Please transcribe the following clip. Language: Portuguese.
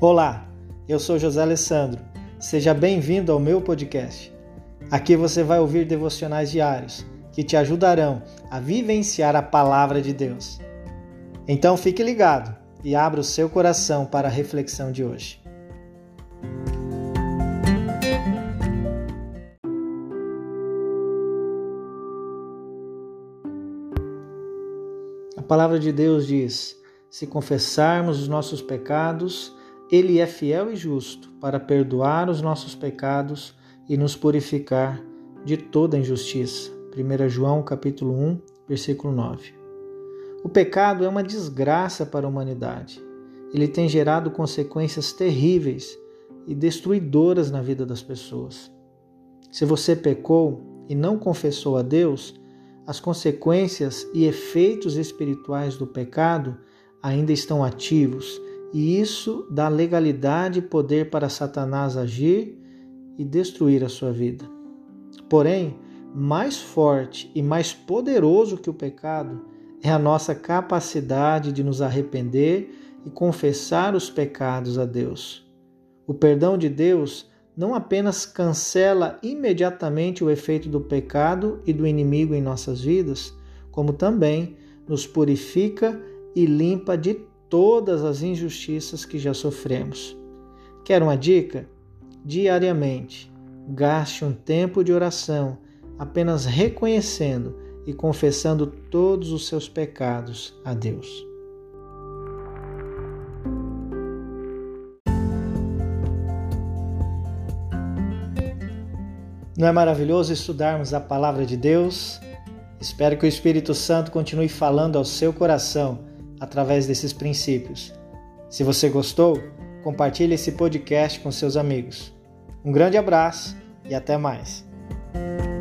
Olá, eu sou José Alessandro. Seja bem-vindo ao meu podcast. Aqui você vai ouvir devocionais diários que te ajudarão a vivenciar a palavra de Deus. Então fique ligado e abra o seu coração para a reflexão de hoje. A palavra de Deus diz: se confessarmos os nossos pecados, Ele é fiel e justo para perdoar os nossos pecados e nos purificar de toda injustiça. 1 João capítulo 1, versículo 9. O pecado é uma desgraça para a humanidade. Ele tem gerado consequências terríveis e destruidoras na vida das pessoas. Se você pecou e não confessou a Deus, as consequências e efeitos espirituais do pecado ainda estão ativos, e isso dá legalidade e poder para Satanás agir e destruir a sua vida. Porém, mais forte e mais poderoso que o pecado é a nossa capacidade de nos arrepender e confessar os pecados a Deus. O perdão de Deus não apenas cancela imediatamente o efeito do pecado e do inimigo em nossas vidas, como também nos purifica e limpa de todas as injustiças que já sofremos. Quer uma dica? Diariamente, gaste um tempo de oração, apenas reconhecendo e confessando todos os seus pecados a Deus. Não é maravilhoso estudarmos a palavra de Deus? Espero que o Espírito Santo continue falando ao seu coração através desses princípios. Se você gostou, compartilhe esse podcast com seus amigos. Um grande abraço e até mais.